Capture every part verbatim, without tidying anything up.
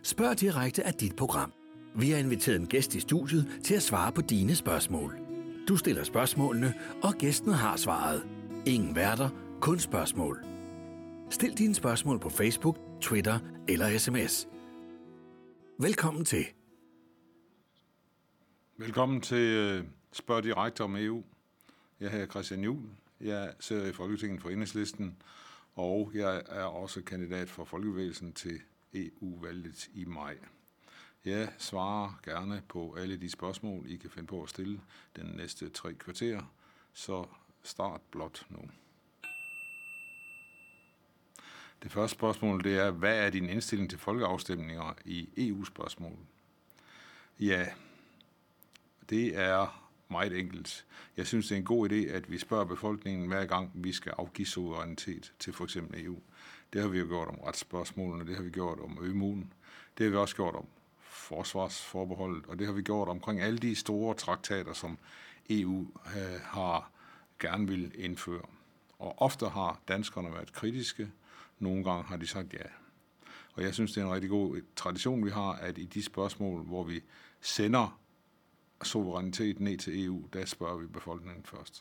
Spørg direkte af dit program. Vi har inviteret en gæst i studiet til at svare på dine spørgsmål. Du stiller spørgsmålene, og gæsten har svaret. Ingen værter, kun spørgsmål. Stil dine spørgsmål på Facebook, Twitter eller sms. Velkommen til. Velkommen til Spørg direkte om E U. Jeg hedder Christian Juhl. Jeg sidder i Folketinget for Enhedslisten, og jeg er også kandidat for Folkebevægelsen til E U-valget i maj. Jeg svarer gerne på alle de spørgsmål, I kan finde på at stille den næste tre kvarter, så start blot nu. Det første spørgsmål, det er, hvad er din indstilling til folkeafstemninger i E U-spørgsmål? Ja, det er meget enkelt. Jeg synes, det er en god idé, at vi spørger befolkningen hver gang, vi skal afgive suverænitet til for eksempel E U. Det har vi jo gjort om retsspørgsmålene, det har vi gjort om ømuen, det har vi også gjort om forsvarsforbeholdet, og det har vi gjort omkring alle de store traktater, som E U øh, har gerne vil indføre. Og ofte har danskerne været kritiske, nogle gange har de sagt ja. Og jeg synes, det er en rigtig god tradition, vi har, at i de spørgsmål, hvor vi sender suverænitet ned til E U, der spørger vi befolkningen først.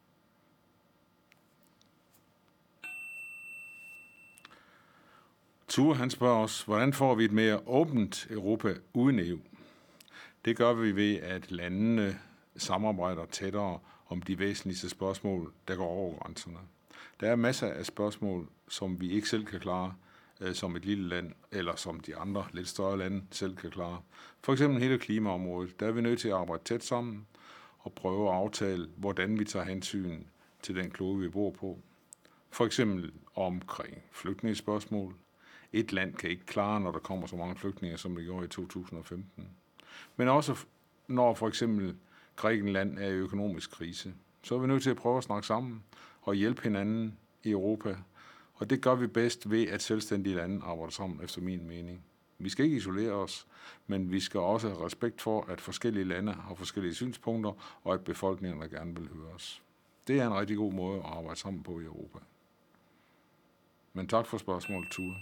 Ture, han spørger os, hvordan får vi et mere åbent Europa uden E U? Det gør vi ved, at landene samarbejder tættere om de væsentligste spørgsmål, der går over grænserne. Der er masser af spørgsmål, som vi ikke selv kan klare, øh, som et lille land, eller som de andre lidt større lande selv kan klare. For eksempel hele klimaområdet, der er vi nødt til at arbejde tæt sammen og prøve at aftale, hvordan vi tager hensyn til den klode, vi bor på. For eksempel omkring flygtningespørgsmål. Et land kan ikke klare, når der kommer så mange flygtninge, som det gjorde i to tusind og femten. Men også når for eksempel Grækenland er i økonomisk krise, så er vi nødt til at prøve at snakke sammen og hjælpe hinanden i Europa. Og det gør vi bedst ved, at selvstændige lande arbejder sammen, efter min mening. Vi skal ikke isolere os, men vi skal også have respekt for, at forskellige lande har forskellige synspunkter, og at befolkningerne gerne vil høre os. Det er en rigtig god måde at arbejde sammen på i Europa. Men tak for spørgsmålet, Ture.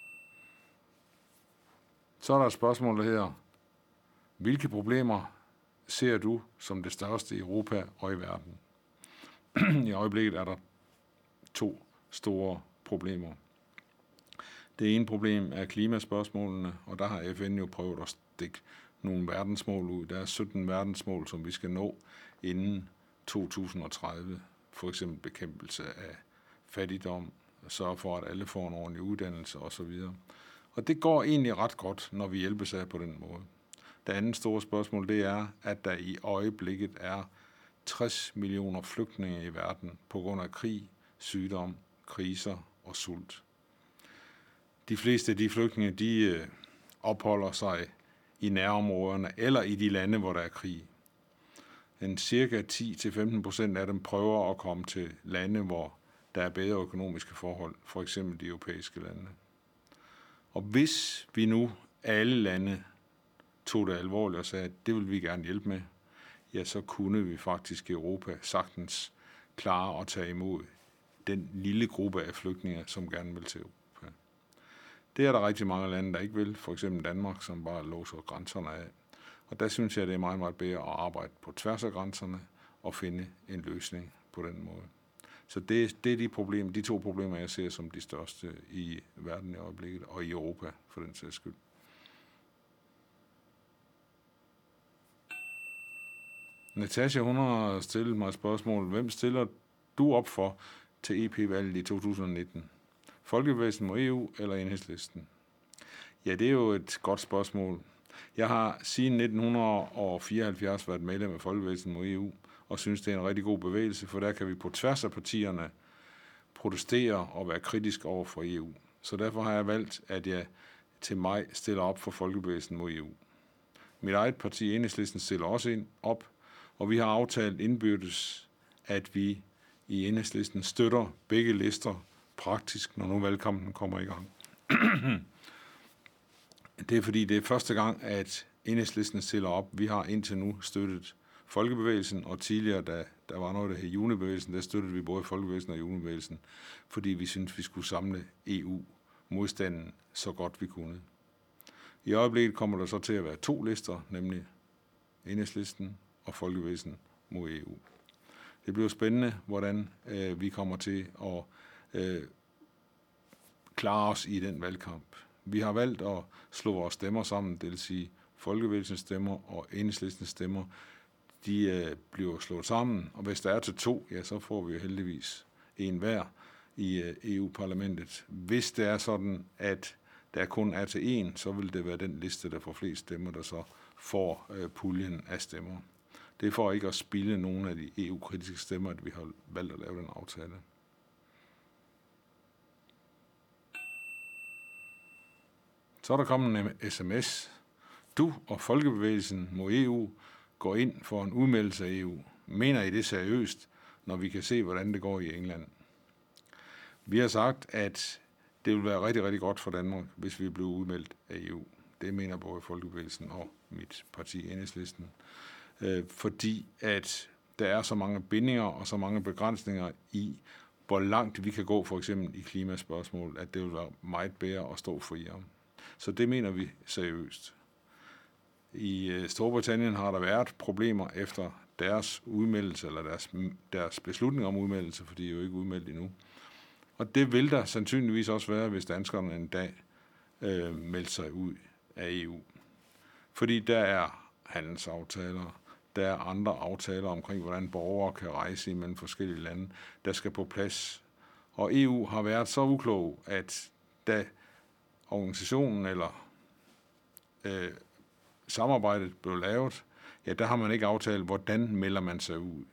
Så er der et spørgsmål, der hedder, hvilke problemer ser du som det største i Europa og i verden? I øjeblikket er der to store problemer. Det ene problem er klimaspørgsmålene, og der har F N jo prøvet at stikke nogle verdensmål ud. Der er sytten verdensmål, som vi skal nå inden to tusind og tredive. For eksempel bekæmpelse af fattigdom, sørge for, at alle får en ordentlig uddannelse osv. Og det går egentlig ret godt, når vi hjælpes af på den måde. Det andet store spørgsmål, det er, at der i øjeblikket er tres millioner flygtninge i verden på grund af krig, sygdom, kriser og sult. De fleste af de flygtninge, de opholder sig i nærområderne eller i de lande, hvor der er krig. En cirka ti til femten procent af dem prøver at komme til lande, hvor der er bedre økonomiske forhold, for eksempel de europæiske lande. Og hvis vi nu alle lande tog det alvorligt og sagde, at det vil vi gerne hjælpe med, ja, så kunne vi faktisk i Europa sagtens klare at tage imod den lille gruppe af flygtninge, som gerne vil til Europa. Det er der rigtig mange lande, der ikke vil, for eksempel Danmark, som bare låser grænserne af. Og der synes jeg, det er meget, meget bedre at arbejde på tværs af grænserne og finde en løsning på den måde. Så det, det er de, problemer, de to problemer, jeg ser som de største i verden i øjeblikket, og i Europa for den sags skyld. Natasha, hun har stillet mig et spørgsmål. Hvem stiller du op for til E P-valget i to tusind og nitten? Folkebevægelsen mod E U eller Enhedslisten? Ja, det er jo et godt spørgsmål. Jeg har siden nitten fireoghalvfjerds været medlem af Folkebevægelsen mod E U, og synes, det er en rigtig god bevægelse, for der kan vi på tværs af partierne protestere og være kritisk over for E U. Så derfor har jeg valgt, at jeg til maj stiller op for Folkebevægelsen mod E U. Mit eget parti, Enhedslisten, stiller også ind op, og vi har aftalt indbyrdes, at vi i Enhedslisten støtter begge lister praktisk, når nu valgkampen kommer i gang. Det er fordi, det er første gang, at Enhedslisten stiller op. Vi har indtil nu støttet Folkebevægelsen, og tidligere, da der var noget, der hed Junibevægelsen, der støttede vi både Folkebevægelsen og Junibevægelsen, fordi vi syntes, vi skulle samle E U-modstanden så godt vi kunne. I øjeblikket kommer der så til at være to lister, nemlig Enhedslisten og Folkebevægelsen mod E U. Det bliver spændende, hvordan øh, vi kommer til at øh, klare os i den valgkamp. Vi har valgt at slå vores stemmer sammen, det vil sige Folkebevægelsens stemmer og Enhedslistens stemmer. De øh, bliver slået sammen, og hvis der er til to, ja, så får vi jo heldigvis en hver i øh, E U-parlamentet. Hvis det er sådan, at der kun er til en, så vil det være den liste, der får flest stemmer, der så får øh, puljen af stemmer. Det er for ikke at spilde nogle af de E U-kritiske stemmer, at vi har valgt at lave den aftale. Så er der kommet en sms. Du og Folkebevægelsen mod E U går ind for en udmeldelse af E U. Mener I det seriøst, når vi kan se, hvordan det går i England? Vi har sagt, at det vil være rigtig, rigtig godt for Danmark, hvis vi bliver udmeldt af E U. Det mener både Folkebevægelsen og mit parti Enhedslisten. Øh, fordi at der er så mange bindinger og så mange begrænsninger i, hvor langt vi kan gå, for eksempel i klimaspørgsmål, at det vil være meget bedre at stå friere. Så det mener vi seriøst. I Storbritannien har der været problemer efter deres udmeldelse, eller deres, deres beslutning om udmeldelse, for de er jo ikke udmeldt endnu. Og det vil der sandsynligvis også være, hvis danskerne en dag øh, melder sig ud af E U. Fordi der er handelsaftaler, der er andre aftaler omkring, hvordan borgere kan rejse imellem forskellige lande, der skal på plads. Og E U har været så uklog, at da organisationen eller øh, samarbejdet blev lavet, ja, der har man ikke aftalt, hvordan melder man sig ud.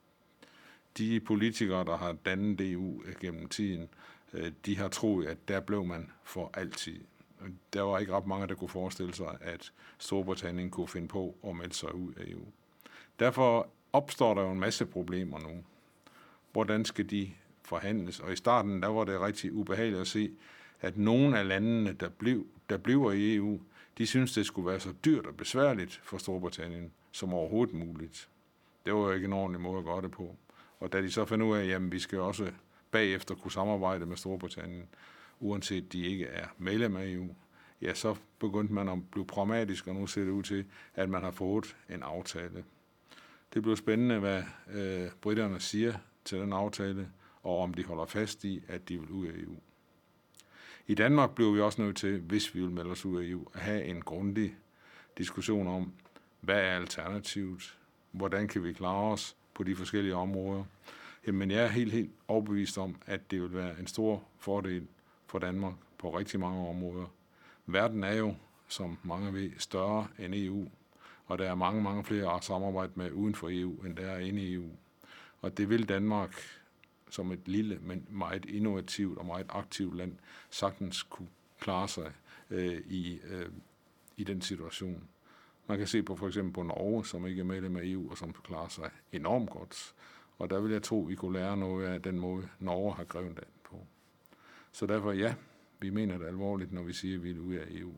De politikere, der har dannet E U gennem tiden, øh, de har troet, at der blev man for altid. Der var ikke ret mange, der kunne forestille sig, at Storbritannien kunne finde på at melde sig ud af E U. Derfor opstår der jo en masse problemer nu. Hvordan skal de forhandles? Og i starten, der var det rigtig ubehageligt at se, at nogle af landene, der, blev, der bliver i E U, de synes, det skulle være så dyrt og besværligt for Storbritannien som overhovedet muligt. Det var jo ikke en ordentlig måde at gøre det på. Og da de så fandt ud af, at vi skal også bagefter kunne samarbejde med Storbritannien, uanset de ikke er medlem af E U, ja, så begyndte man at blive pragmatisk, og nu ser det ud til, at man har fået en aftale. Det bliver spændende, hvad øh, britterne siger til den aftale, og om de holder fast i, at de vil ud af E U. I Danmark bliver vi også nødt til, hvis vi vil melde os ud af E U, at have en grundig diskussion om, hvad er alternativet, hvordan kan vi klare os på de forskellige områder. Jamen, jeg er helt, helt overbevist om, at det vil være en stor fordel for Danmark på rigtig mange områder. Verden er jo, som mange ved, større end E U, og der er mange, mange flere at samarbejde med uden for E U, end der er inde i E U. Og det vil Danmark som et lille, men meget innovativt og meget aktivt land sagtens kunne klare sig øh, i, øh, i den situation. Man kan se på for eksempel på Norge, som ikke er medlem af E U, og som klarer sig enormt godt. Og der vil jeg tro, at vi kunne lære noget af den måde, Norge har grebet det på. Så derfor ja, vi mener det alvorligt, når vi siger, at vi er ude af E U.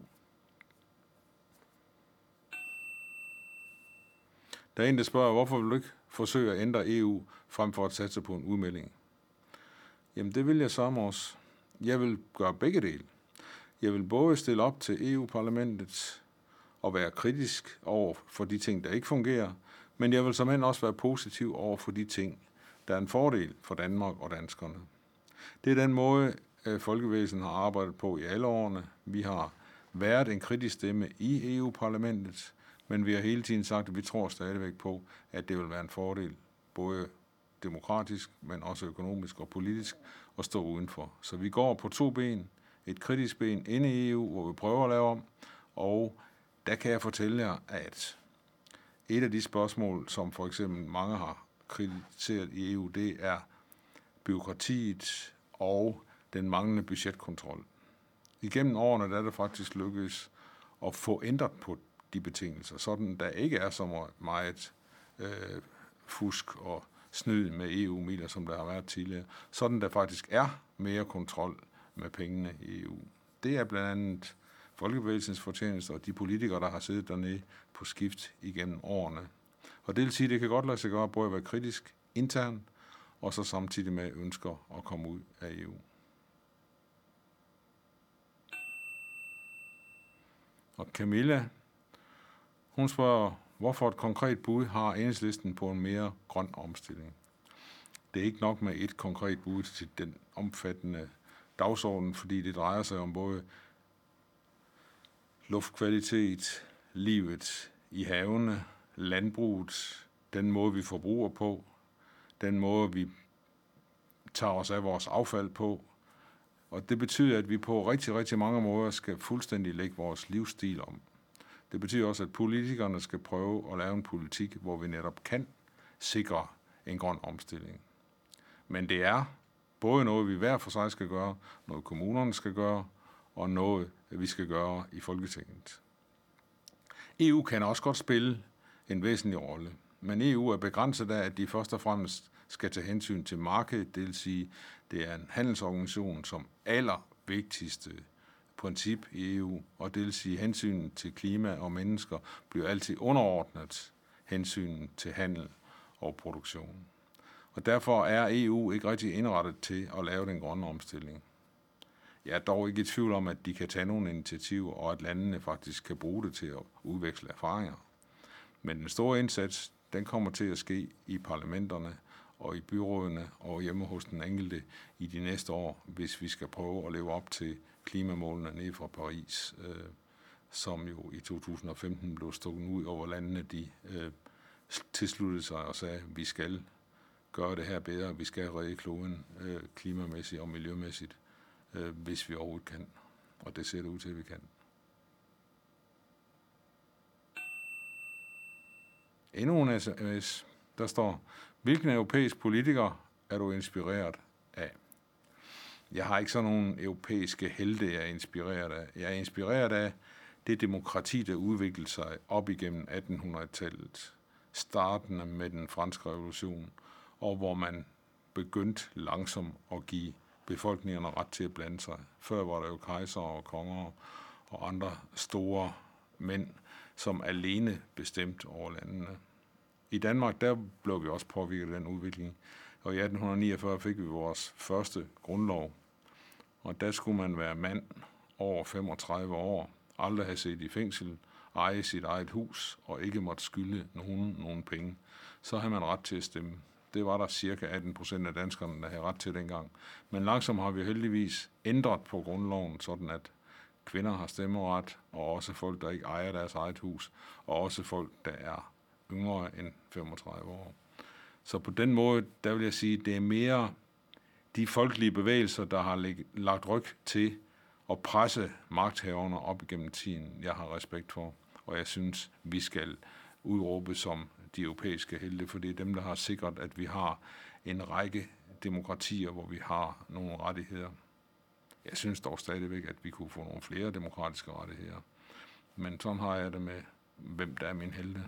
Der er en, der spørger, hvorfor vil du ikke forsøge at ændre E U, frem for at satse på en udmelding? Jamen det vil jeg samme også. Jeg vil gøre begge dele. Jeg vil både stille op til E U-parlamentet og være kritisk over for de ting, der ikke fungerer, men jeg vil såmænd også være positiv over for de ting, der er en fordel for Danmark og danskerne. Det er den måde, Folkebevægelsen har arbejdet på i alle årene. Vi har været en kritisk stemme i E U-parlamentet, men vi har hele tiden sagt, at vi tror stadigvæk på, at det vil være en fordel, både demokratisk, men også økonomisk og politisk, at stå udenfor. Så vi går på to ben, et kritisk ben inde i E U, hvor vi prøver at lave om, og der kan jeg fortælle jer, at et af de spørgsmål, som for eksempel mange har kritiseret i E U, det er bureaukratiet og den manglende budgetkontrol. Igennem årene der er det faktisk lykkedes at få ændret på de betingelser, sådan der ikke er så meget øh, fusk og snyd med E U-midler, som der har været tidligere, sådan der faktisk er mere kontrol med pengene i E U. Det er blandt andet Folkebevægelsens fortjeneste og de politikere, der har siddet dernede på skift igennem årene. Og det vil sige, at det kan godt lade sig gøre både at være kritisk internt, og så samtidig med ønsker at komme ud af E U. Og Camilla, hun spørger, hvorfor et konkret bud har Enhedslisten på en mere grøn omstilling? Det er ikke nok med et konkret bud til den omfattende dagsorden, fordi det drejer sig om både luftkvalitet, livet i havene, landbruget, den måde, vi forbruger på, den måde, vi tager os af vores affald på. Og det betyder, at vi på rigtig, rigtig mange måder skal fuldstændig lægge vores livsstil om. Det betyder også, at politikerne skal prøve at lave en politik, hvor vi netop kan sikre en grøn omstilling. Men det er både noget, vi hver for sig skal gøre, noget kommunerne skal gøre, og noget, vi skal gøre i Folketinget. E U kan også godt spille en væsentlig rolle, men E U er begrænset af, at de først og fremmest skal tage hensyn til markedet, det vil sige, det er en handelsorganisation som allervigtigste princip i E U, og det vil sige, hensyn til klima og mennesker bliver altid underordnet hensyn til handel og produktion. Og derfor er E U ikke rigtig indrettet til at lave den grønne omstilling. Jeg er dog ikke i tvivl om, at de kan tage nogle initiativer, og at landene faktisk kan bruge det til at udveksle erfaringer. Men den store indsats, den kommer til at ske i parlamenterne og i byrådene og hjemme hos den enkelte i de næste år, hvis vi skal prøve at leve op til klimamålene nede fra Paris, øh, som jo i to tusind og femten blev stukket ud over landene, de øh, tilsluttede sig og sagde, at vi skal gøre det her bedre, vi skal redde kloden øh, klimamæssigt og miljømæssigt, øh, hvis vi overhovedet kan. Og det ser det ud til, at vi kan. Endnu en sms, der står, hvilken europæisk politiker er du inspireret af? Jeg har ikke sådan nogle europæiske helte, jeg er inspireret af. Jeg er inspireret af det demokrati, der udviklede sig op igennem attenhundredetallet, startende med den franske revolution, og hvor man begyndte langsomt at give befolkningerne ret til at blande sig. Før var der jo kejser og konger og andre store mænd, som alene bestemte over landene. I Danmark, der blev vi også påvirket af den udvikling, og i atten niogfyrre fik vi vores første grundlov, og der skulle man være mand over femogtredive år, aldrig have set i fængsel, eje sit eget hus og ikke måtte skylde nogen nogen penge. Så havde man ret til at stemme. Det var der cirka atten procent af danskerne, der havde ret til dengang. Men langsomt har vi heldigvis ændret på grundloven, sådan at kvinder har stemmeret, og også folk, der ikke ejer deres eget hus, og også folk, der er yngre end femogtredive år. Så på den måde, der vil jeg sige, det er mere de folkelige bevægelser, der har lagt ryg til at presse magthaverne op igennem tiden, jeg har respekt for. Og jeg synes, vi skal udråbe som de europæiske helte, for det er dem, der har sikret, at vi har en række demokratier, hvor vi har nogle rettigheder. Jeg synes dog stadigvæk, at vi kunne få nogle flere demokratiske rettigheder. Men sådan har jeg det med, hvem der er min helte.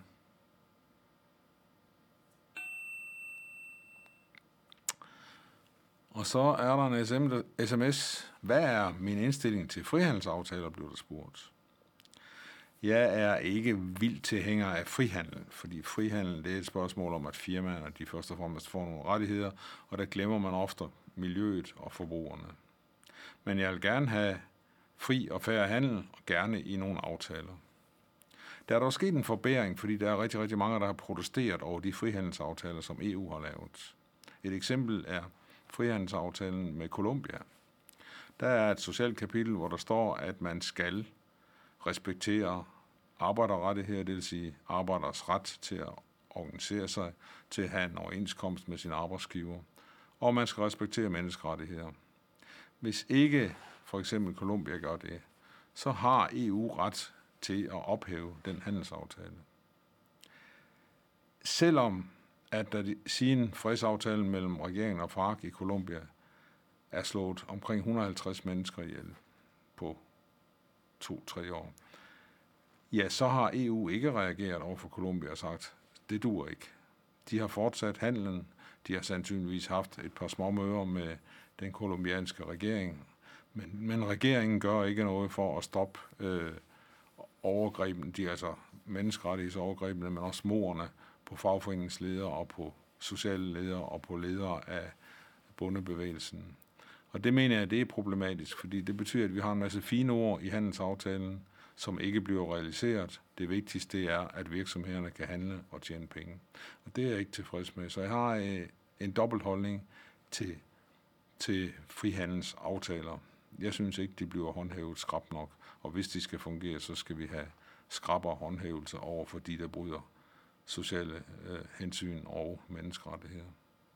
Og så er der en sms. Hvad er min indstilling til frihandelsaftaler, blev der spurgt. Jeg er ikke vild tilhænger af frihandel, fordi frihandel det er et spørgsmål om, at firmaerne de først og fremmest får nogle rettigheder, og der glemmer man ofte miljøet og forbrugerne. Men jeg vil gerne have fri og fair handel, og gerne i nogle aftaler. Der er dog sket en forbedring, fordi der er rigtig, rigtig mange, der har protesteret over de frihandelsaftaler, som E U har lavet. Et eksempel er frihandelsaftalen med Colombia. Der er et socialt kapitel, hvor der står, at man skal respektere arbejderrettigheder, det vil sige arbejders ret til at organisere sig, til at have en overenskomst med sin arbejdsgiver, og man skal respektere menneskerettigheder. Hvis ikke for eksempel Colombia gør det, så har E U ret til at ophæve den handelsaftale. Selvom at der siden fredsaftalen mellem regeringen og FARC i Colombia er slået omkring et hundrede og halvtreds mennesker ihjel på to-tre år, ja, så har E U ikke reageret over for Colombia og sagt, det duer ikke. De har fortsat handelen, de har sandsynligvis haft et par små møder med den kolumbianske regering, men, men regeringen gør ikke noget for at stoppe øh, overgrebene, de er altså menneskerettighedsovergrebene, men også mordene på fagforeningsledere og på sociale ledere og på ledere af bondebevægelsen. Og det mener jeg, det er problematisk, fordi det betyder, at vi har en masse fine ord i handelsaftalen, som ikke bliver realiseret. Det vigtigste er, at virksomhederne kan handle og tjene penge. Og det er jeg ikke tilfreds med. Så jeg har øh, en dobbeltholdning til, til frihandelsaftaler. Jeg synes ikke, de bliver håndhævet skrap nok. Og hvis de skal fungere, så skal vi have skrappere håndhævelser over for de, der bryder sociale øh, hensyn og menneskerettigheder.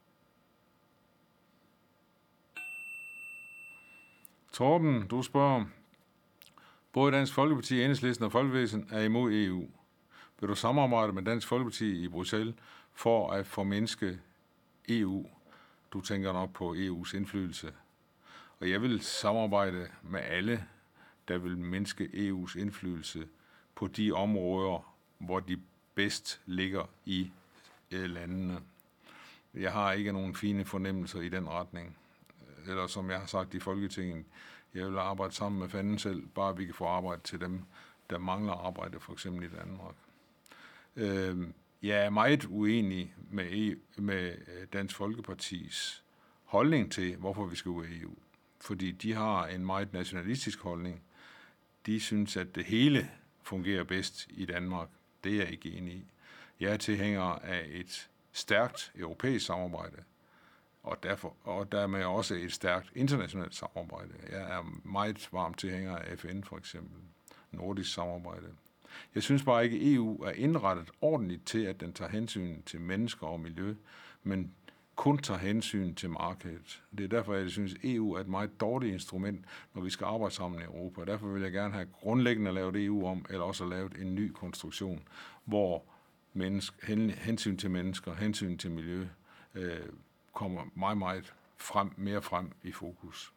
Torben, du spørger, både Dansk Folkeparti, Enhedslisten og Folkebevægelsen er imod E U. Vil du samarbejde med Dansk Folkeparti i Bruxelles for at formindske E U? Du tænker nok på E U's indflydelse. Og jeg vil samarbejde med alle, der vil mindske E U's indflydelse på de områder, hvor de bedst ligger i landene. Jeg har ikke nogen fine fornemmelser i den retning. Eller som jeg har sagt i Folketinget, jeg vil arbejde sammen med fanden selv, bare vi kan få arbejde til dem, der mangler arbejde, for eksempel i Danmark. Øh, jeg er meget uenig med, med Dansk Folkepartis holdning til, hvorfor vi skal ud af E U. Fordi de har en meget nationalistisk holdning. De synes, at det hele fungerer bedst i Danmark. Det er jeg ikke enig i. Jeg er tilhænger af et stærkt europæisk samarbejde, og, derfor, og dermed også et stærkt internationalt samarbejde. Jeg er meget varmt tilhænger af F N for eksempel, nordisk samarbejde. Jeg synes bare ikke, at E U er indrettet ordentligt til, at den tager hensyn til mennesker og miljø, men kun tager hensyn til markedet. Det er derfor, jeg synes, at E U er et meget dårligt instrument, når vi skal arbejde sammen i Europa. Derfor vil jeg gerne have grundlæggende lavet E U om, eller også lavet en ny konstruktion, hvor menneske, hensyn til mennesker, hensyn til miljø, øh, kommer meget, meget frem, mere frem i fokus.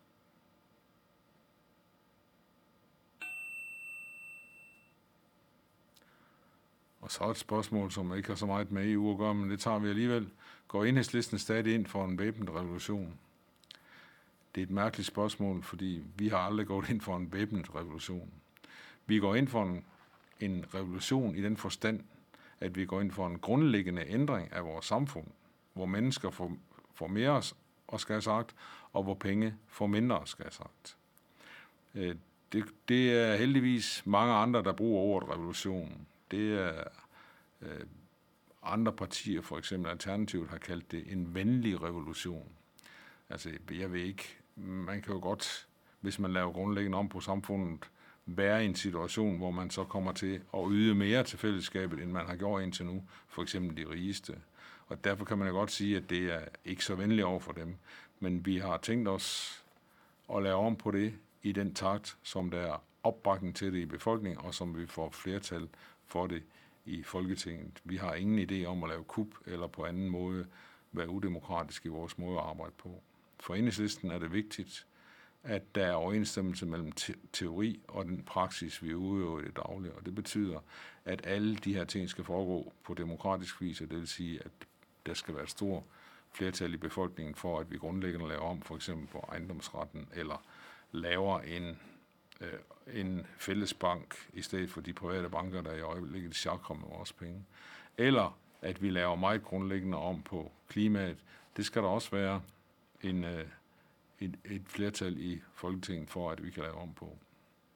Og så et spørgsmål, som ikke har så meget med E U at gøre, men det tager vi alligevel. Går Enhedslisten stadig ind for en væbnet revolution? Det er et mærkeligt spørgsmål, fordi vi har aldrig gået ind for en væbnet revolution. Vi går ind for en, en revolution i den forstand, at vi går ind for en grundlæggende ændring af vores samfund, hvor mennesker får, får mere og skal have sagt, og hvor penge får mindre skal have sagt. Det, det er heldigvis mange andre, der bruger ordet revolution. Det er øh, andre partier, for eksempel Alternativet, har kaldt det en venlig revolution. Altså, jeg ved ikke, man kan jo godt, hvis man laver grundlæggende om på samfundet, være i en situation, hvor man så kommer til at yde mere til fællesskabet, end man har gjort indtil nu, for eksempel de rigeste. Og derfor kan man jo godt sige, at det er ikke så venligt over for dem. Men vi har tænkt os at lave om på det i den takt, som der er opbakning til det i befolkningen, og som vi får flertal for det i Folketinget. Vi har ingen idé om at lave kup eller på anden måde være udemokratisk i vores måde at arbejde på. For Enhedslisten er det vigtigt, at der er overensstemmelse mellem te- teori og den praksis, vi udøver i det daglige. Og det betyder, at alle de her ting skal foregå på demokratisk vis, og det vil sige, at der skal være et stort flertal i befolkningen for, at vi grundlæggende laver om, for eksempel på ejendomsretten, eller laver en, øh, en fællesbank i stedet for de private banker, der i øjeblikket sjakrer med vores penge. Eller at vi laver meget grundlæggende om på klimaet. Det skal der også være en, øh, et, et flertal i Folketinget for, at vi kan lave om på.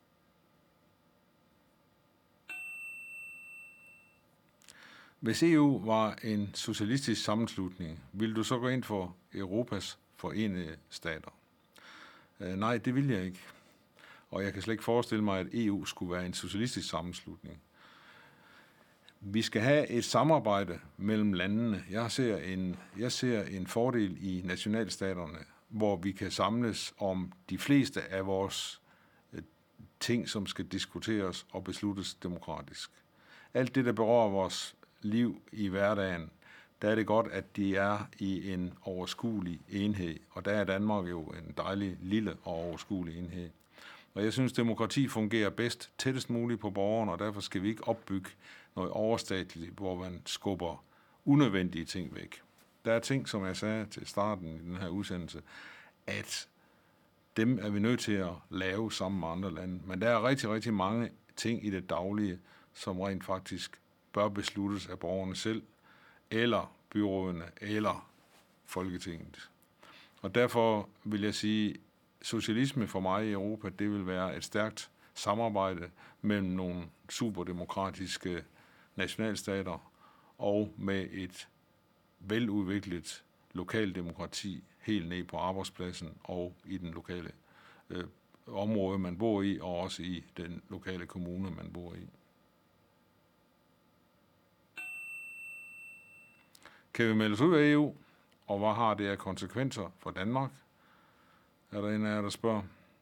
Hvis E U var en socialistisk sammenslutning, ville du så gå ind for Europas Forenede Stater? Uh, nej, det vil jeg ikke. Og jeg kan slet ikke forestille mig, at E U skulle være en socialistisk sammenslutning. Vi skal have et samarbejde mellem landene. Jeg ser en, jeg ser en fordel i nationalstaterne, hvor vi kan samles om de fleste af vores uh, ting, som skal diskuteres og besluttes demokratisk. Alt det, der berører vores liv i hverdagen, der er det godt, at de er i en overskuelig enhed. Og der er Danmark jo en dejlig lille og overskuelig enhed. Og jeg synes, demokrati fungerer bedst tættest muligt på borgeren, og derfor skal vi ikke opbygge noget overstatligt, hvor man skubber unødvendige ting væk. Der er ting, som jeg sagde til starten i den her udsendelse, at dem er vi nødt til at lave sammen med andre lande. Men der er rigtig, rigtig mange ting i det daglige, som rent faktisk bør besluttes af borgerne selv, eller byrådene, eller Folketinget. Og derfor vil jeg sige, socialisme for mig i Europa, det vil være et stærkt samarbejde mellem nogle superdemokratiske nationalstater og med et veludviklet lokaldemokrati helt ned på arbejdspladsen og i den lokale øh, område, man bor i, og også i den lokale kommune, man bor i. Kan vi melde os ud af E U, og hvad har det af konsekvenser for Danmark? Er der en af jer, der spørger?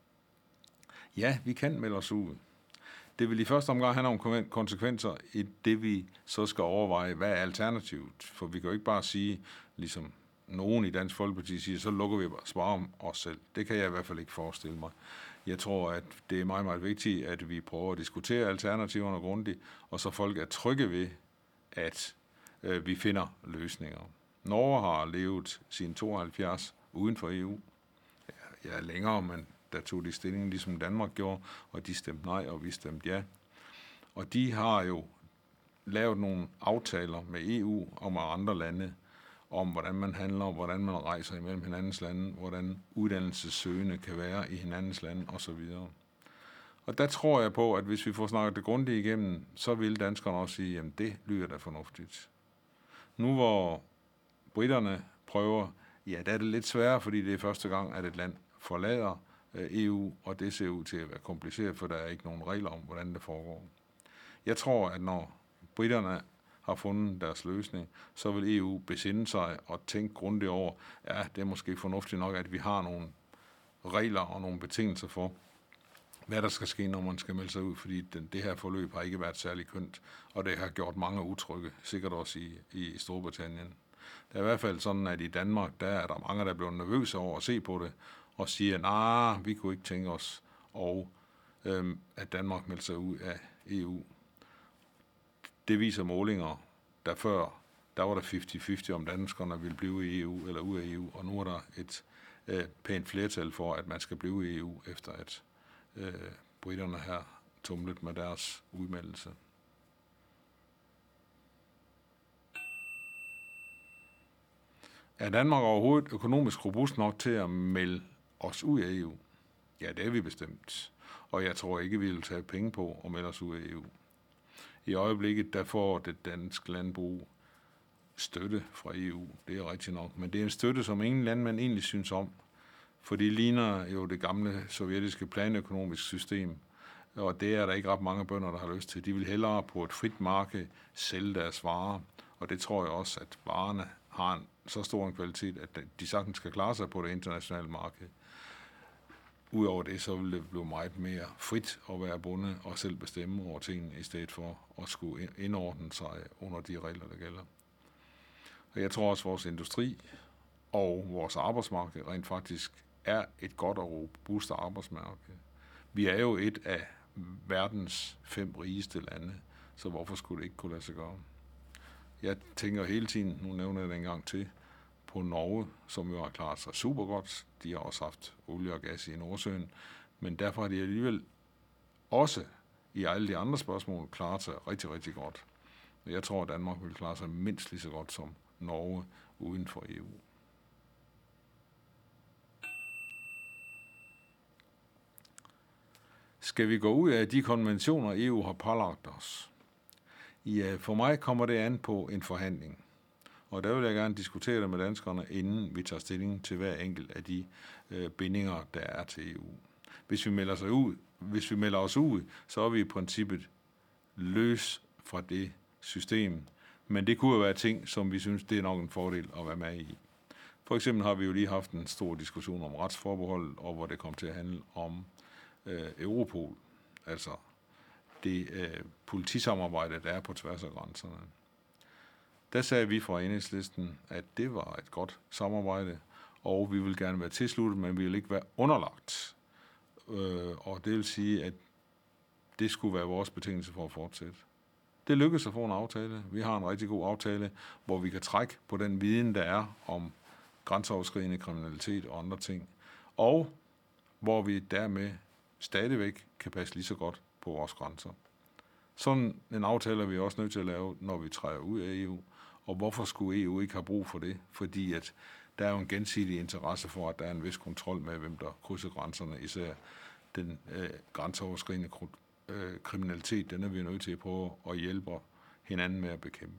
Ja, vi kan melde os ud. Det vil i første omgang have nogle konsekvenser i det, vi så skal overveje, hvad er alternativet? For vi kan jo ikke bare sige, ligesom nogen i Dansk Folkeparti siger, så lukker vi bare svare om os selv. Det kan jeg i hvert fald ikke forestille mig. Jeg tror, at det er meget, meget vigtigt, at vi prøver at diskutere alternativerne grundigt, og så folk er trygge ved, at øh, vi finder løsninger. Norge har levet siden tooghalvfjerds uden for E U. Ja, ja længere, men der tog de stilling, ligesom Danmark gjorde, og de stemte nej, og vi stemte ja. Og de har jo lavet nogle aftaler med E U og med andre lande, om hvordan man handler, hvordan man rejser imellem hinandens lande, hvordan uddannelsessøgende kan være i hinandens lande osv. Og der tror jeg på, at hvis vi får snakket det grundigt igennem, så vil danskerne også sige, jamen det lyder da fornuftigt. Nu hvor britterne prøver, ja, der er det lidt sværere, fordi det er første gang, at et land forlader E U, og det ser ud til at være kompliceret, for der er ikke nogen regler om, hvordan det foregår. Jeg tror, at når britterne har fundet deres løsning, så vil E U besinde sig og tænke grundigt over, ja, det er måske fornuftigt nok, at vi har nogle regler og nogle betingelser for, hvad der skal ske, når man skal melde sig ud, fordi den, det her forløb har ikke været særlig kønt, og det har gjort mange utrygge, sikkert også i, i Storbritannien. Det er i hvert fald sådan, at i Danmark, der er der mange, der er blevet nervøse over at se på det, og siger, nej, nah, vi kunne ikke tænke os, og øhm, at Danmark melder sig ud af E U. Det viser målinger, der før, der var der halvtreds halvtreds om danskerne ville blive i E U eller ud af E U, og nu er der et øh, pænt flertal for, at man skal blive i E U, efter at øh, britterne har tumlet med deres udmeldelse. Er Danmark overhovedet økonomisk robust nok til at melde os ud af E U? Ja, det er vi bestemt. Og jeg tror ikke, vi vil tage penge på at melde os ud af E U. I øjeblikket, der får det danske landbrug støtte fra E U. Det er rigtigt nok. Men det er en støtte, som ingen landmand egentlig synes om. For det ligner jo det gamle sovjetiske planøkonomiske system. Og det er der ikke ret mange bønder, der har lyst til. De vil hellere på et frit marked sælge deres varer. Og det tror jeg også, at varerne har en så stor en kvalitet, at de sagtens skal klare sig på det internationale marked. Udover det, så vil det blive meget mere frit at være bonde og selv bestemme over tingene, i stedet for at skulle indordne sig under de regler, der gælder. Og jeg tror også, at vores industri og vores arbejdsmarked rent faktisk er et godt og robust arbejdsmarked. Vi er jo et af verdens fem rigeste lande, så hvorfor skulle det ikke kunne lade sig gøre? Jeg tænker hele tiden, nu nævner jeg det en gang til, på Norge, som jo har klaret sig super godt. De har også haft olie og gas i Nordsøen, men derfor har de alligevel også i alle de andre spørgsmål klaret sig rigtig, rigtig godt. Jeg tror, at Danmark vil klare sig mindst lige så godt som Norge uden for E U. Skal vi gå ud af de konventioner, E U har pålagt os? Ja, for mig kommer det an på en forhandling. Og der vil jeg gerne diskutere det med danskerne, inden vi tager stilling til hver enkelt af de øh, bindinger, der er til E U. Hvis vi melder sig ud, hvis vi melder os ud, så er vi i princippet løs fra det system. Men det kunne jo være ting, som vi synes, det er nok en fordel at være med i. For eksempel har vi jo lige haft en stor diskussion om retsforbeholdet, og hvor det kom til at handle om øh, Europol, altså det øh, politisamarbejde, der er på tværs af grænserne. Der sagde vi fra Enhedslisten, at det var et godt samarbejde, og vi vil gerne være tilsluttet, men vi vil ikke være underlagt. Øh, og det vil sige, at det skulle være vores betingelse for at fortsætte. Det lykkedes at få en aftale. Vi har en rigtig god aftale, hvor vi kan trække på den viden, der er om grænseoverskridende kriminalitet og andre ting, og hvor vi dermed stadigvæk kan passe lige så godt på vores grænser. Sådan en aftale er vi også nødt til at lave, når vi træder ud af E U. Og hvorfor skulle E U ikke have brug for det? Fordi at der er jo en gensidig interesse for, at der er en vis kontrol med, hvem der krydser grænserne, især den øh, grænseoverskridende øh, kriminalitet, den er vi nødt til at prøve at hjælpe hinanden med at bekæmpe.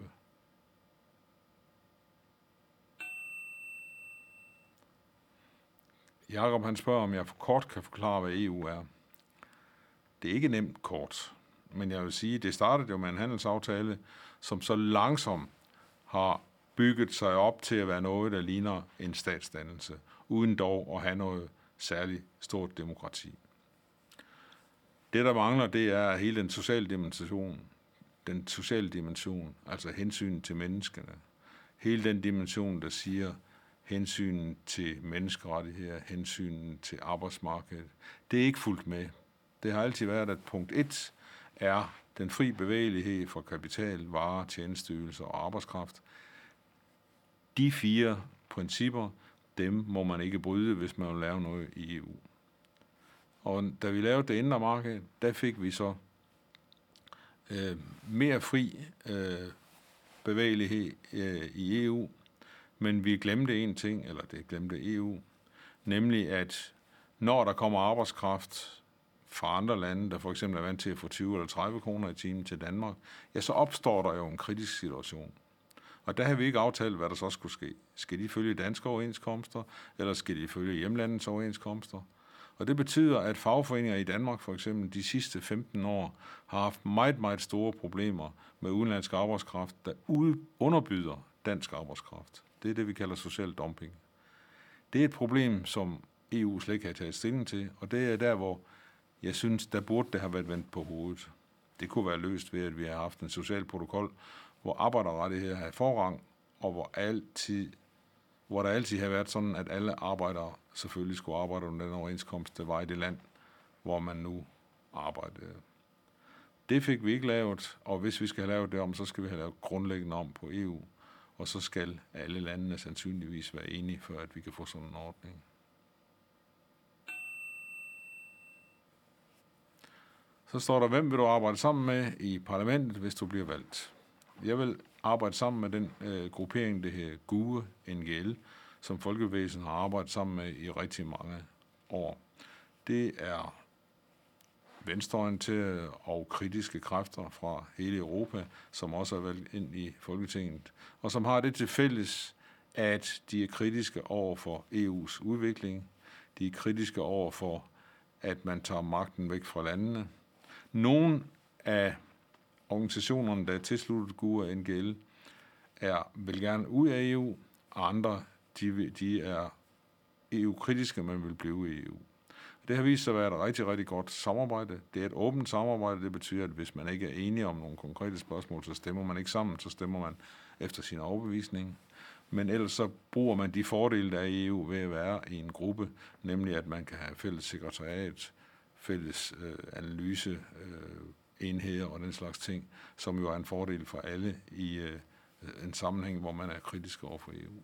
Jakob han spørger, om jeg for kort kan forklare, hvad E U er. Det er ikke nemt kort, men jeg vil sige, det startede jo med en handelsaftale, som så langsomt har bygget sig op til at være noget, der ligner en statsdannelse, uden dog at have noget særligt stort demokrati. Det, der mangler, det er hele den sociale dimension, den sociale dimension, altså hensyn til menneskene. Hele den dimension, der siger hensyn til menneskerettigheder, hensyn til arbejdsmarkedet. Det er ikke fuldt med. Det har altid været, at punkt et er den fri bevægelighed for kapital, varer, tjenesteydelser og arbejdskraft. De fire principper, dem må man ikke bryde, hvis man vil lave noget i E U. Og da vi lavede det indre marked, der fik vi så øh, mere fri øh, bevægelighed øh, i E U, men vi glemte en ting, eller det glemte E U, nemlig at når der kommer arbejdskraft fra andre lande, der for eksempel er vant til at få tyve eller tredive kroner i timen til Danmark, ja, så opstår der jo en kritisk situation. Og der har vi ikke aftalt, hvad der så skulle ske. Skal de følge danske overenskomster, eller skal de følge hjemlandets overenskomster? Og det betyder, at fagforeninger i Danmark for eksempel de sidste femten år har haft meget, meget store problemer med udenlandsk arbejdskraft, der underbyder dansk arbejdskraft. Det er det, vi kalder social dumping. Det er et problem, som E U slet ikke har taget stilling til, og det er der, hvor jeg synes, der burde det have været vendt på hovedet. Det kunne være løst ved, at vi har haft en social protokol, hvor arbejderrettigheder har forrang, og hvor, altid, hvor der altid har været sådan, at alle arbejdere selvfølgelig skulle arbejde under den overenskomst, der var i det land, hvor man nu arbejdede. Det fik vi ikke lavet, og hvis vi skal have lavet det om, så skal vi have lavet grundlæggende om på E U, og så skal alle landene sandsynligvis være enige, før at vi kan få sådan en ordning. Så står der, hvem vil du arbejde sammen med i parlamentet, hvis du bliver valgt? Jeg vil arbejde sammen med den øh, gruppering, det her G U E N G L, som Folkebevægelsen har arbejdet sammen med i rigtig mange år. Det er venstreorienterede og kritiske kræfter fra hele Europa, som også er valgt ind i Folketinget, og som har det til fælles, at de er kritiske over for E U's udvikling. De er kritiske over for, at man tager magten væk fra landene. Nogle af organisationerne, der er tilsluttet G U E N G L, er, vil gerne ud af E U, og andre de, de er E U-kritiske, men vil blive i E U. Det har vist sig at være et rigtig, rigtig godt samarbejde. Det er et åbent samarbejde. Det betyder, at hvis man ikke er enige om nogle konkrete spørgsmål, så stemmer man ikke sammen, så stemmer man efter sin overbevisning. Men ellers så bruger man de fordele, der er i E U ved at være i en gruppe, nemlig at man kan have fælles sekretariat, fælles øh, analyse, øh, enheder og den slags ting, som jo er en fordel for alle i øh, en sammenhæng, hvor man er kritisk over for E U.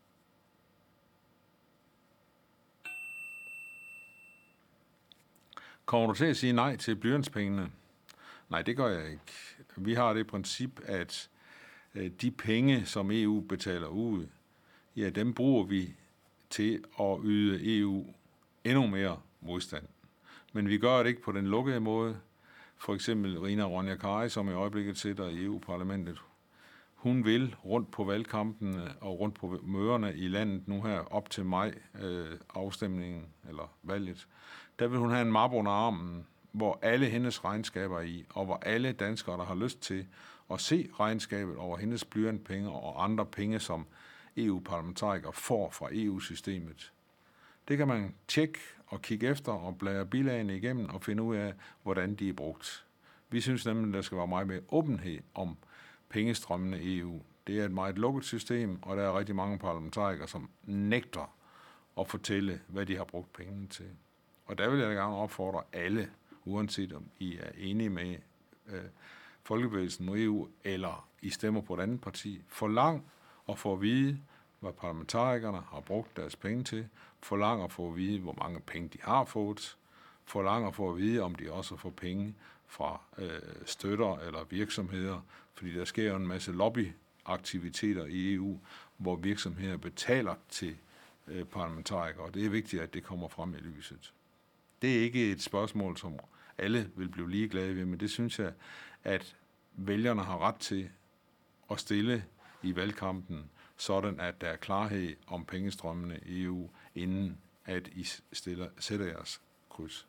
Kommer du til at sige nej til blyantspengene? Nej, det gør jeg ikke. Vi har det princip, at de penge, som E U betaler ud, ja, dem bruger vi til at yde E U endnu mere modstand. Men vi gør det ikke på den lukkede måde. For eksempel Rina Ronja Kari, som i øjeblikket sidder i E U-parlamentet, hun vil rundt på valgkampene og rundt på møderne i landet nu her op til maj øh, afstemningen eller valget. Der vil hun have en mappe under armen, hvor alle hendes regnskaber er i, og hvor alle danskere, der har lyst til at se regnskabet over hendes blyantpenge og andre penge, som E U-parlamentarikere får fra E U-systemet. Det kan man tjekke og kigge efter og bladre bilagene igennem og finde ud af, hvordan de er brugt. Vi synes nemlig, at der skal være meget mere åbenhed om pengestrømmene i E U. Det er et meget lukket system, og der er rigtig mange parlamentarikere, som nægter at fortælle, hvad de har brugt pengene til. Og der vil jeg da gerne opfordre alle, uanset om I er enige med øh, Folkebevægelsen mod E U, eller I stemmer på et andet parti, forlang at få at vide, hvad parlamentarikerne har brugt deres penge til, forlang at få at vide, hvor mange penge de har fået, forlang at få at vide, om de også får penge fra øh, støtter eller virksomheder, fordi der sker en masse lobbyaktiviteter i E U, hvor virksomheder betaler til øh, parlamentarikere, og det er vigtigt, at det kommer frem i lyset. Det er ikke et spørgsmål, som alle vil blive ligeglade ved, men det synes jeg, at vælgerne har ret til at stille i valgkampen, sådan at der er klarhed om pengestrømmene i E U, inden at I stiller, sætter jeres kryds.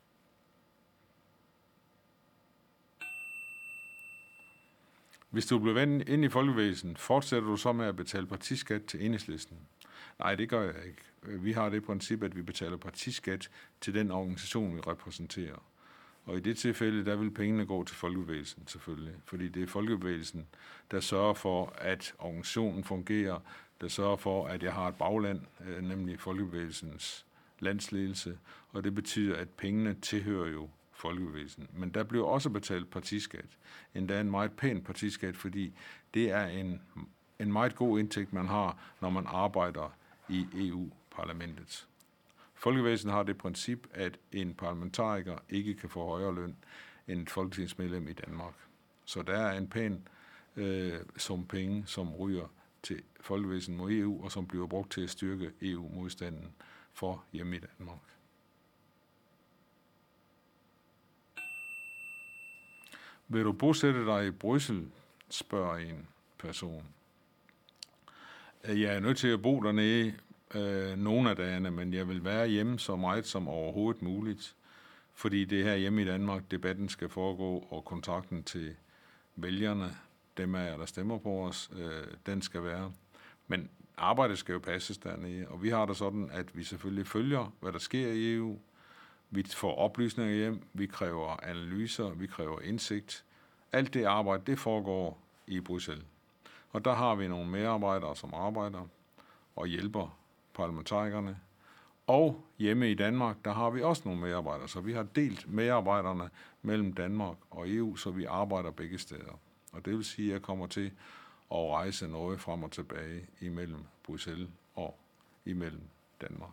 Hvis du bliver vendt ind i folkebevægelsen, fortsætter du så med at betale partiskat til Enhedslisten? Nej, det gør jeg ikke. Vi har det princip, at vi betaler partiskat til den organisation, vi repræsenterer. Og i det tilfælde, der vil pengene gå til folkebevægelsen selvfølgelig. Fordi det er folkebevægelsen, der sørger for, at organisationen fungerer, der sørger for, at jeg har et bagland, nemlig folkebevægelsens landsledelse. Og det betyder, at pengene tilhører jo folkebevægelsen. Men der bliver også betalt partiskat. Endda en meget pæn partiskat, fordi det er en, en meget god indtægt, man har, når man arbejder i E U-parlamentet. Folkebevægelsen har det princip, at en parlamentariker ikke kan få højere løn end et folketingsmedlem i Danmark. Så der er en pæn øh, sum penge, som ryger til folkebevægelsen mod E U, og som bliver brugt til at styrke E U-modstanden for hjemme i Danmark. Vil du bosætte dig i Bryssel, spørger en person. Jeg er nødt til at bo dernede øh, nogle af dagene, men jeg vil være hjemme så meget som overhovedet muligt, fordi det her hjemme i Danmark, debatten skal foregå, og kontakten til vælgerne, dem af jer, der stemmer på os, øh, den skal være. Men arbejdet skal jo passes dernede, og vi har det sådan, at vi selvfølgelig følger, hvad der sker i E U. Vi får oplysninger hjem, vi kræver analyser, vi kræver indsigt. Alt det arbejde, det foregår i Bruxelles. Og der har vi nogle medarbejdere, som arbejder og hjælper parlamentarikerne. Og hjemme i Danmark, der har vi også nogle medarbejdere, så vi har delt medarbejderne mellem Danmark og E U, så vi arbejder begge steder. Og det vil sige, at jeg kommer til at rejse noget frem og tilbage imellem Bruxelles og imellem Danmark.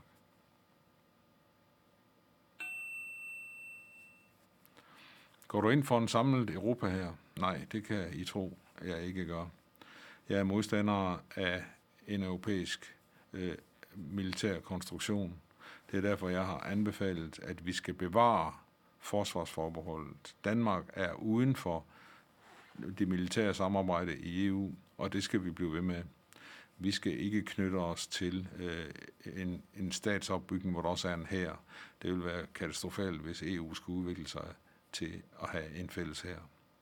Går du ind for en samlet Europa her? Nej, det kan I tro, jeg ikke gør. Jeg er modstander af en europæisk øh, militær konstruktion. Det er derfor, jeg har anbefalet, at vi skal bevare forsvarsforbeholdet. Danmark er uden for det militære samarbejde i E U, og det skal vi blive ved med. Vi skal ikke knytte os til øh, en, en statsopbygning, hvor der også er en hær. Det vil være katastrofalt, hvis E U skulle udvikle sig til at have en fælles hær.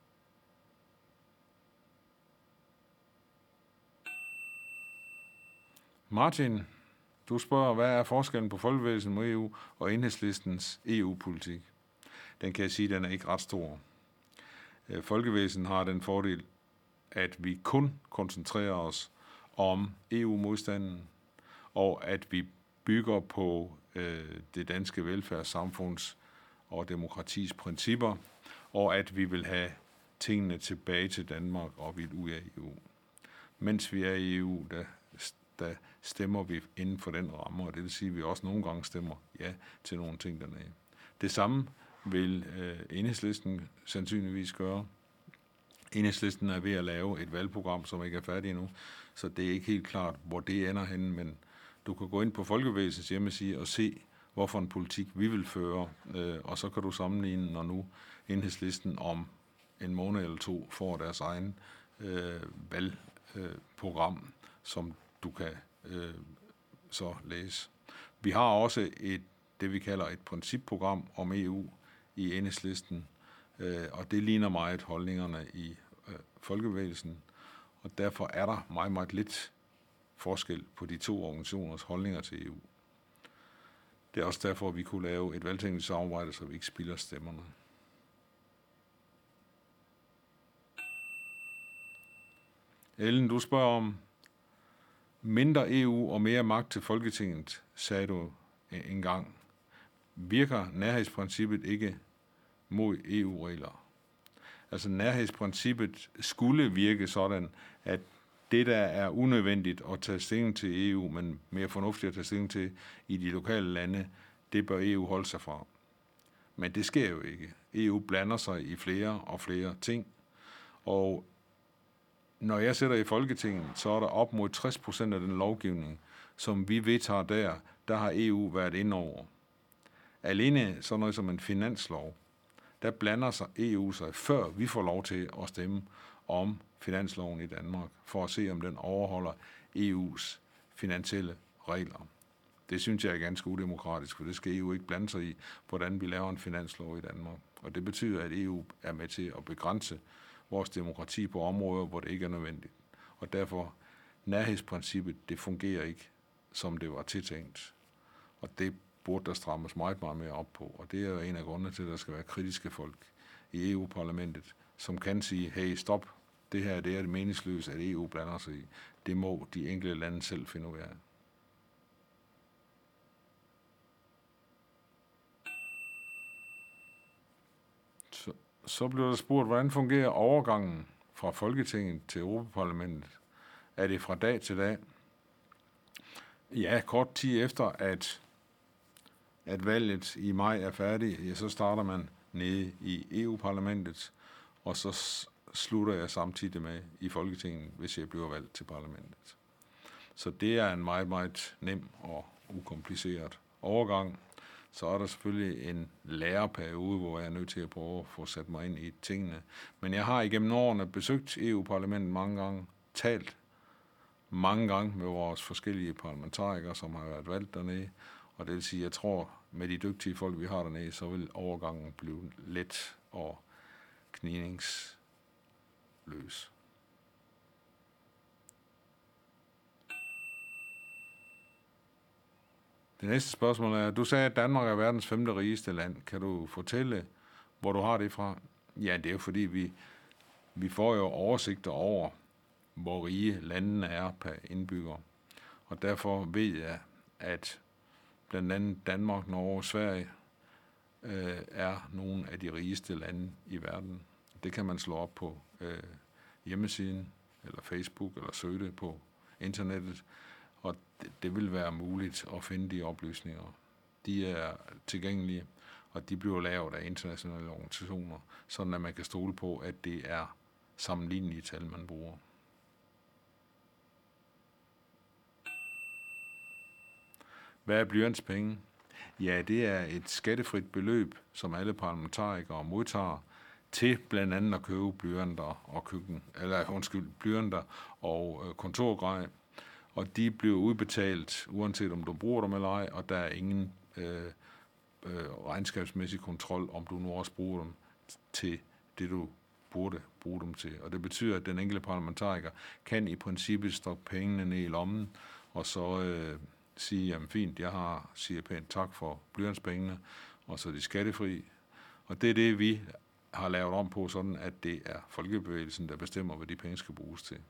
Martin, du spørger, hvad er forskellen på folkebevægelsen mod E U og Enhedslistens E U-politik? Den kan jeg sige, den er ikke ret stor. Folkebevægelsen har den fordel, at vi kun koncentrerer os om E U-modstanden, og at vi bygger på øh, det danske velfærdssamfunds og demokratis principper, og at vi vil have tingene tilbage til Danmark og vi ud af E U. Mens vi er i E U, der, der stemmer vi inden for den ramme, og det vil sige, at vi også nogle gange stemmer ja til nogle ting dernede. Det samme vil øh, Enhedslisten sandsynligvis gøre. Enhedslisten er ved at lave et valgprogram, som ikke er færdigt endnu, så det er ikke helt klart, hvor det ender henne, men du kan gå ind på Folkebevægelsens hjemmeside og se, hvorfor en politik vi vil føre, øh, og så kan du sammenligne, når nu Enhedslisten om en måned eller to får deres egen øh, valgprogram, øh, som du kan øh, så læse. Vi har også et, det vi kalder et principprogram om E U i Enhedslisten, øh, og det ligner meget holdningerne i øh, Folkebevægelsen, og derfor er der meget, meget lidt forskel på de to organisationers holdninger til E U. Det er også derfor, at vi kunne lave et valgteknisk samarbejde, så vi ikke spilder stemmerne. Ellen, du spørger om mindre E U og mere magt til Folketinget, sagde du engang. Virker nærhedsprincippet ikke mod E U-regler? Altså nærhedsprincippet skulle virke sådan, at det, der er unødvendigt at tage stilling til E U, men mere fornuftigt at tage stilling til i de lokale lande, det bør E U holde sig fra. Men det sker jo ikke. E U blander sig i flere og flere ting, og når jeg sætter i Folketinget, så er der op mod tres procent af den lovgivning, som vi vedtager der, der har E U været ind over. Alene sådan noget som en finanslov, der blander sig E U sig, før vi får lov til at stemme om finansloven i Danmark, for at se, om den overholder E U's finansielle regler. Det synes jeg er ganske udemokratisk, for det skal E U ikke blande sig i, hvordan vi laver en finanslov i Danmark. Og det betyder, at E U er med til at begrænse vores demokrati på områder, hvor det ikke er nødvendigt. Og derfor, nærhedsprincippet, det fungerer ikke, som det var tiltænkt. Og det burde der strammes meget, meget mere op på. Og det er jo en af grundene til, at der skal være kritiske folk i E U-parlamentet, som kan sige, hey, stop, det her det er det meningsløse, at E U blander sig i. Det må de enkelte lande selv finde ud af. Så, så bliver der spurgt, hvordan fungerer overgangen fra Folketinget til Europaparlamentet? Er det fra dag til dag? Ja, kort tid efter, at, at valget i maj er færdigt, ja, så starter man nede i E U-parlamentet, og så slutter jeg samtidig med i Folketinget, hvis jeg bliver valgt til parlamentet. Så det er en meget, meget nem og ukompliceret overgang. Så er der selvfølgelig en læreperiode, hvor jeg er nødt til at prøve at få sat mig ind i tingene. Men jeg har igennem årene besøgt E U-parlamentet mange gange, talt mange gange med vores forskellige parlamentarikere, som har været valgt dernede. Og det vil sige, at jeg tror, med de dygtige folk, vi har dernede, så vil overgangen blive let og knigningsløs. Det næste spørgsmål er, du sagde, at Danmark er verdens femte rigeste land. Kan du fortælle, hvor du har det fra? Ja, det er jo fordi, vi, vi får jo oversigter over, hvor rige landene er per indbygger. Og derfor ved jeg, at blandt andet Danmark, Norge og Sverige øh, er nogle af de rigeste lande i verden. Det kan man slå op på øh, hjemmesiden, eller Facebook, eller søge det på internettet. Og det, det vil være muligt at finde de oplysninger. De er tilgængelige, og de bliver lavet af internationale organisationer, sådan at man kan stole på, at det er sammenlignelige tal, man bruger. Hvad er blyantspenge? Ja, det er et skattefrit beløb, som alle parlamentarikere modtager, til blandt andet at købe blyanter og køkken, eller undskyld, blyanter og øh, kontorgrej. Og de bliver udbetalt, uanset om du bruger dem eller ej, og der er ingen øh, øh, regnskabsmæssig kontrol, om du nu også bruger dem til det, du burde bruge dem til. Og det betyder, at den enkelte parlamentariker kan i princippet stoppe pengene ned i lommen, og så øh, sige, jamen fint, jeg har, siger pænt tak for blyantspengene, og så er de skattefri. Og det er det, vi har lavet om på, sådan at det er folkebevægelsen, der bestemmer, hvad de penge skal bruges til.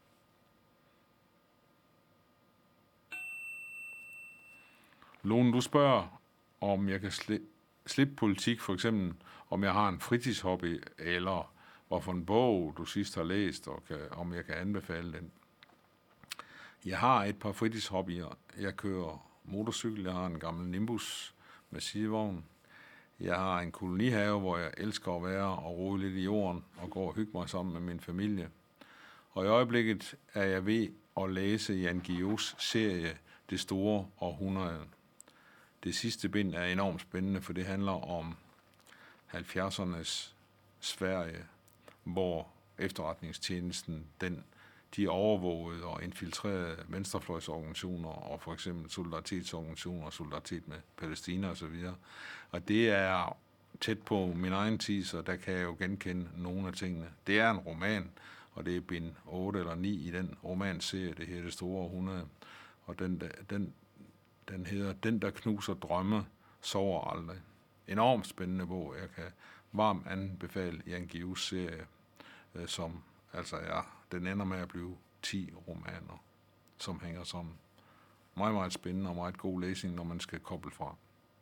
Lone, du spørger, om jeg kan sli- slippe politik, for eksempel om jeg har en fritidshobby, eller hvorfor en bog, du sidst har læst, og kan, om jeg kan anbefale den. Jeg har et par fritidshobbyer. Jeg kører motorcykel, jeg har en gammel Nimbus med sidevogn. Jeg har en kolonihave, hvor jeg elsker at være og rode lidt i jorden og gå og hygge mig sammen med min familie. Og i øjeblikket er jeg ved at læse Jan Guillous serie Det Store Århundrede. Det sidste bind er enormt spændende, for det handler om halvfjerdsernes Sverige, hvor efterretningstjenesten, den, de overvågede og infiltrerede venstrefløjsorganisationer og for eksempel solidaritetsorganisationer, solidaritet med Palæstina osv. Og det er tæt på min egen tid, så der kan jeg jo genkende nogle af tingene. Det er en roman, og det er bind otte eller ni i den romanserie, det hedder Det Store Århundrede. Og den, den, den hedder Den, der knuser drømme, sover aldrig. Enormt spændende bog. Jeg kan varmt anbefale Jan Guillous serie, som altså er, den ender med at blive ti romaner, som hænger sammen. Meget, meget spændende og meget god læsning, når man skal koble fra.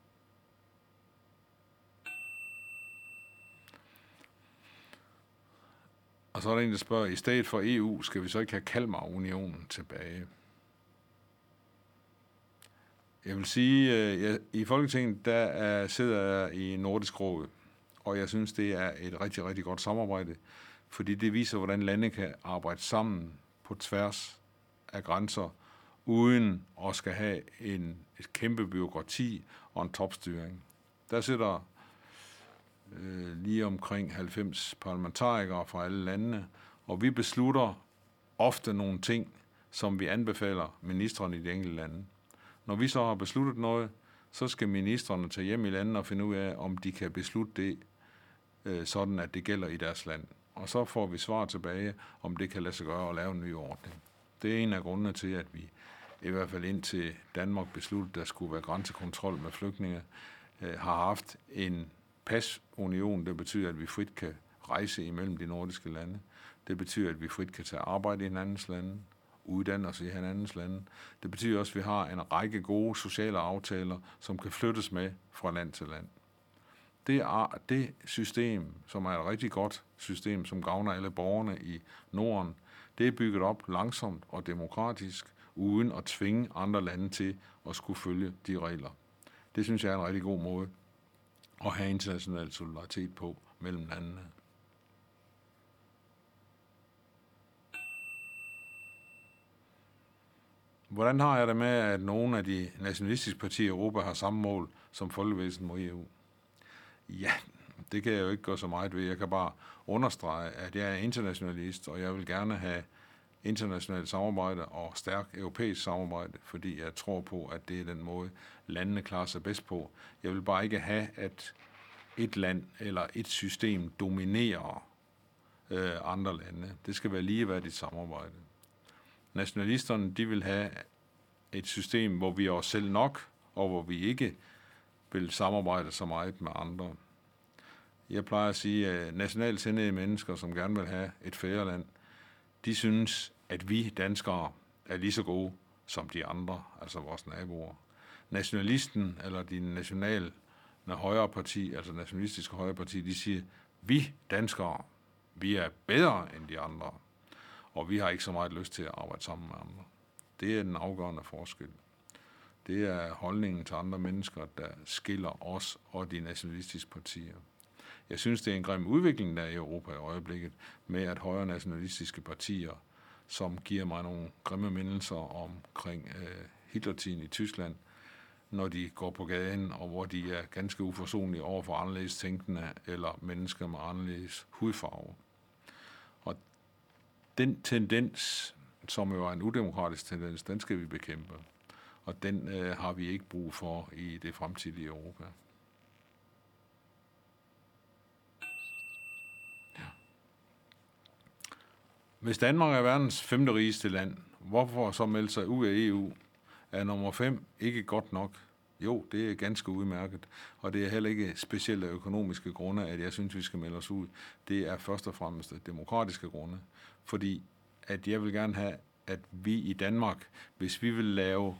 Og så er der en, der spørger, i stedet for E U, skal vi så ikke have Kalmarunionen tilbage? Jeg vil sige, at jeg, i Folketinget, der er, sidder jeg i Nordisk Råd, og jeg synes, det er et rigtig, rigtig godt samarbejde, fordi det viser, hvordan lande kan arbejde sammen på tværs af grænser, uden at skal have en, et kæmpe byråkrati og en topstyring. Der sidder øh, lige omkring halvfems parlamentarikere fra alle landene, og vi beslutter ofte nogle ting, som vi anbefaler ministrene i de enkelte lande. Når vi så har besluttet noget, så skal ministrene tage hjem i landet og finde ud af, om de kan beslutte det, øh, sådan at det gælder i deres land. Og så får vi svar tilbage, om det kan lade sig gøre at lave en ny ordning. Det er en af grundene til, at vi i hvert fald indtil Danmark besluttede, at der skulle være grænsekontrol med flygtninge, øh, har haft en pasunion. Det betyder, at vi frit kan rejse imellem de nordiske lande. Det betyder, at vi frit kan tage arbejde i hinandens lande, uddanne os i hinandens lande. Det betyder også, at vi har en række gode sociale aftaler, som kan flyttes med fra land til land. Det er det system, som er et rigtig godt system, som gavner alle borgerne i Norden. Det er bygget op langsomt og demokratisk, uden at tvinge andre lande til at skulle følge de regler. Det synes jeg er en rigtig god måde at have international solidaritet på mellem landene. Hvordan har jeg det med, at nogle af de nationalistiske partier i Europa har samme mål som Folkebevægelsen mod E U? Ja, det kan jeg jo ikke gøre så meget ved. Jeg kan bare understrege, at jeg er internationalist, og jeg vil gerne have internationalt samarbejde og stærk europæisk samarbejde, fordi jeg tror på, at det er den måde, landene klarer sig bedst på. Jeg vil bare ikke have, at et land eller et system dominerer øh, andre lande. Det skal være ligeværdigt samarbejde. Nationalisterne, de vil have et system, hvor vi er os selv nok, og hvor vi ikke vil samarbejde så meget med andre. Jeg plejer at sige, at nationalt sindede mennesker, som gerne vil have et fædreland, de synes, at vi danskere er lige så gode som de andre, altså vores naboer. Nationalisten, eller de nationale højre parti, altså nationalistiske højre parti, de siger, vi danskere, vi er bedre end de andre, og vi har ikke så meget lyst til at arbejde sammen med andre. Det er den afgørende forskel. Det er holdningen til andre mennesker, der skiller os og de nationalistiske partier. Jeg synes, det er en grim udvikling, der er i Europa i øjeblikket, med at højre nationalistiske partier, som giver mig nogle grimme mindelser omkring øh, Hitlertiden i Tyskland, når de går på gaden, og hvor de er ganske uforsonlige over for anderledes tænkende eller mennesker med anderledes hudfarve. Og den tendens, som jo er en udemokratisk tendens, den skal vi bekæmpe. Og den øh, har vi ikke brug for i det fremtidige Europa. Ja. Hvis Danmark er verdens femte rigeste land, hvorfor så melde sig ud af E U? Er nummer fem ikke godt nok? Jo, det er ganske udmærket, og det er heller ikke specielt af økonomiske grunde, at jeg synes, vi skal melde os ud. Det er først og fremmest demokratiske grunde, fordi at jeg vil gerne have, at vi i Danmark, hvis vi vil lave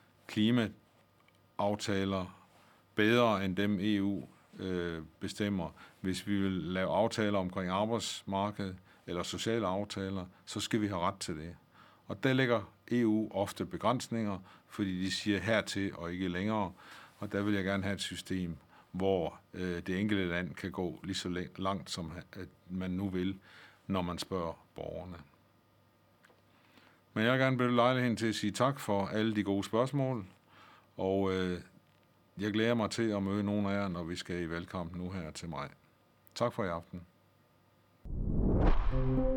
klimaaftaler bedre end dem E U øh, bestemmer, hvis vi vil lave aftaler omkring arbejdsmarked eller sociale aftaler, så skal vi have ret til det. Og der lægger E U ofte begrænsninger, fordi de siger hertil og ikke længere. Og der vil jeg gerne have et system, hvor øh, det enkelte land kan gå lige så langt, som at man nu vil, når man spørger borgerne. Men jeg vil gerne benytte lejligheden til at sige tak for alle de gode spørgsmål, og øh, jeg glæder mig til at møde nogle af jer, når vi skal i valgkamp nu her til maj. Tak for i aften.